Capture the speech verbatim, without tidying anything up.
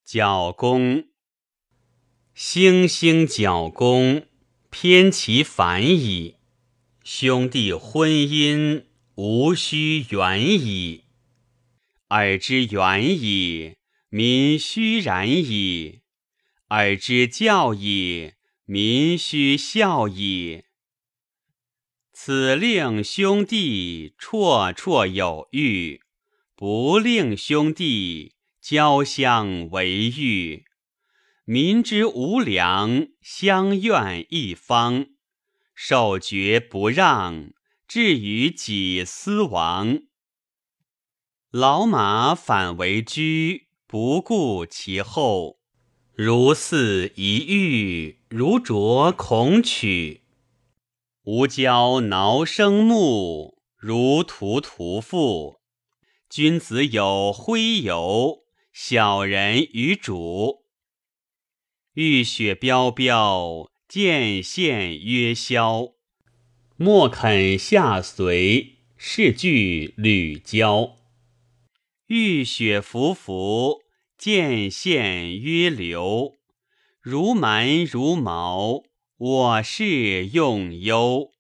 角弓。星星角弓，偏其反矣。兄弟婚姻，无须远矣。尔之远矣，民须然矣；尔之教矣，民须孝矣。此令兄弟绰绰有余，不令兄弟交相为欲。民之无良，相怨一方，受爵不让，至于己思亡。老马反为驹，不顾其后，如似一遇，如啄孔曲。吾教挠生木，如荼屠妇。君子有徽游，小人于主。浴血彪彪，见献曰萧。莫肯下随，是惧屡交。浴血浮浮，见献曰流。如蛮如毛，我是用忧。